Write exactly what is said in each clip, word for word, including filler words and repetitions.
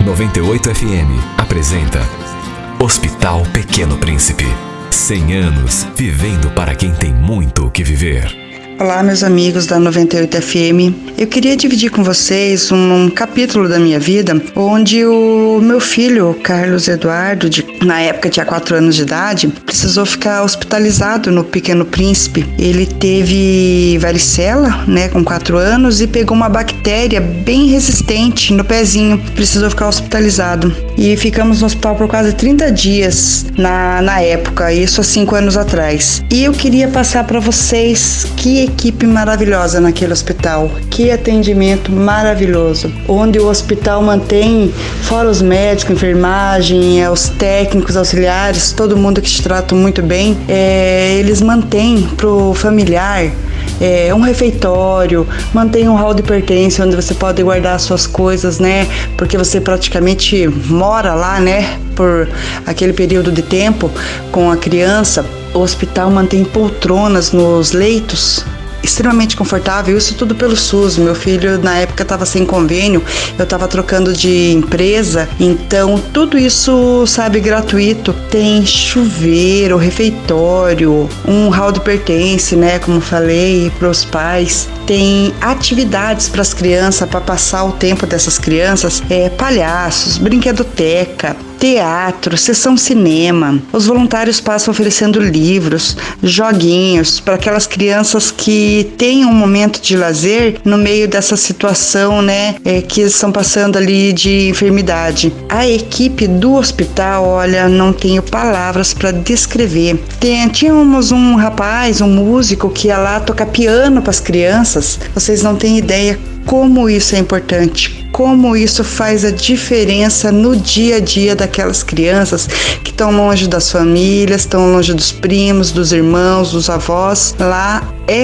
noventa e oito F M apresenta Hospital Pequeno Príncipe. cem anos vivendo para quem tem muito o que viver. Olá, meus amigos da noventa e oito F M. Eu queria dividir com vocês um, um capítulo da minha vida onde o meu filho, Carlos Eduardo, de, na época tinha quatro anos de idade, precisou ficar hospitalizado no Pequeno Príncipe. Ele teve varicela, né, com quatro anos e pegou uma bactéria bem resistente no pezinho. Precisou ficar hospitalizado. E ficamos no hospital por quase trinta dias na, na época, isso há cinco anos atrás. E eu queria passar para vocês que equipe maravilhosa naquele hospital, que atendimento maravilhoso, onde o hospital mantém, fora os médicos, enfermagem, os técnicos, auxiliares, todo mundo que te trata muito bem, é, eles mantêm pro familiar É, um refeitório, mantém um hall de pertence onde você pode guardar suas coisas, né? Porque você praticamente mora lá, né? Por aquele período de tempo com a criança. O hospital mantém poltronas nos leitos, extremamente confortável, isso tudo pelo SUS. Meu filho na época estava sem convênio, eu estava trocando de empresa, então tudo isso, sabe, gratuito. Tem chuveiro, refeitório, um hall de pertence, né, como falei, para os pais. Tem atividades para as crianças, para passar o tempo dessas crianças, é, palhaços, brinquedoteca, teatro, sessão cinema. Os voluntários passam oferecendo livros, joguinhos para aquelas crianças que têm um momento de lazer no meio dessa situação, né, é, que eles estão passando ali de enfermidade. A equipe do hospital, olha, não tenho palavras para descrever. Tem, tínhamos um rapaz, um músico que ia lá tocar piano para as crianças. Vocês não têm ideia como isso é importante, como isso faz a diferença no dia a dia daquelas crianças que estão longe das famílias, estão longe dos primos, dos irmãos, dos avós. Lá,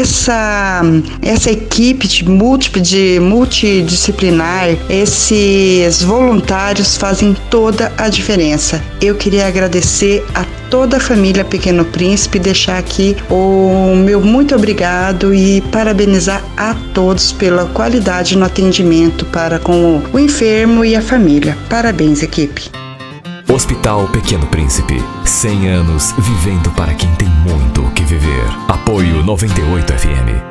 essa, essa equipe de, multi, de multidisciplinar, esses voluntários fazem toda a diferença. Eu queria agradecer a toda a família Pequeno Príncipe, deixar aqui o meu muito obrigado e parabenizar a todos pela qualidade no atendimento para com o enfermo e a família. Parabéns, equipe. Hospital Pequeno Príncipe. cem anos vivendo para quem tem muito o que viver. Apoio noventa e oito F M.